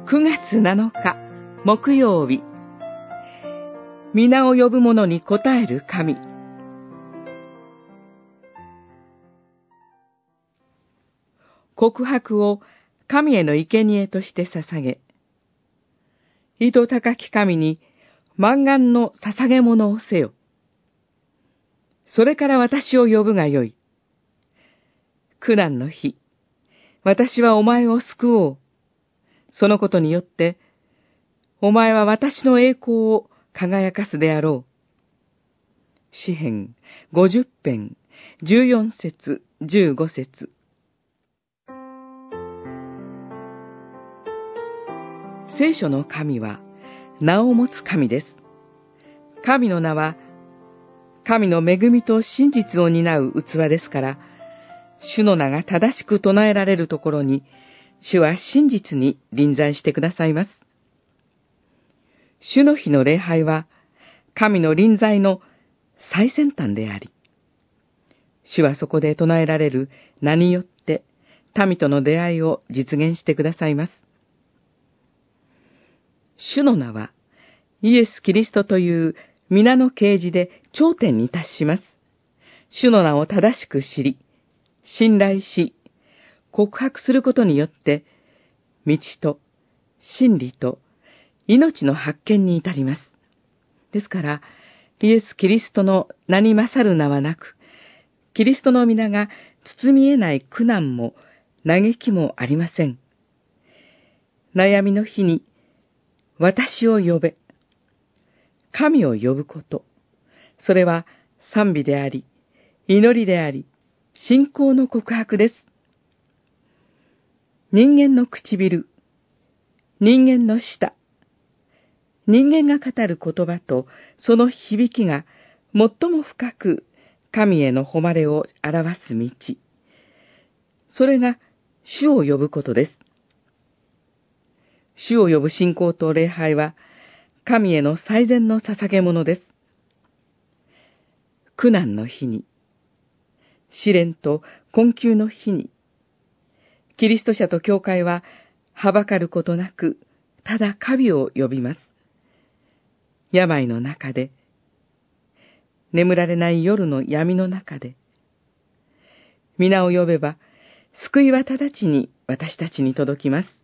9月7日木曜日、皆を呼ぶ者に応える神。告白を神への生贄として捧げ、意図高き神に満願の捧げ物をせよ。それから私を呼ぶがよい。苦難の日、私はお前を救おう。そのことによって、お前は私の栄光を輝かすであろう。詩編50編14節15節。聖書の神は名を持つ神です。神の名は神の恵みと真実を担う器ですから、主の名が正しく唱えられるところに、主は真実に臨在してくださいます。主の日の礼拝は、神の臨在の最先端であり、主はそこで唱えられる名によって、民との出会いを実現してくださいます。主の名は、イエス・キリストという皆の啓示で頂点に達します。主の名を正しく知り、信頼し、告白することによって、道と真理と命の発見に至ります。ですから、イエス・キリストの名に勝る名はなく、キリストの皆が包み得ない苦難も嘆きもありません。悩みの日に、私を呼べ、神を呼ぶこと、それは賛美であり、祈りであり、信仰の告白です。人間の唇、人間の舌、人間が語る言葉とその響きが最も深く神への誉れを表す道。それが主を呼ぶことです。主を呼ぶ信仰と礼拝は神への最善の捧げ物です。苦難の日に、試練と困窮の日に、キリスト者と教会ははばかることなく、ただ神を呼びます。病の中で、眠られない夜の闇の中で、皆を呼べば、救いは直ちに私たちに届きます。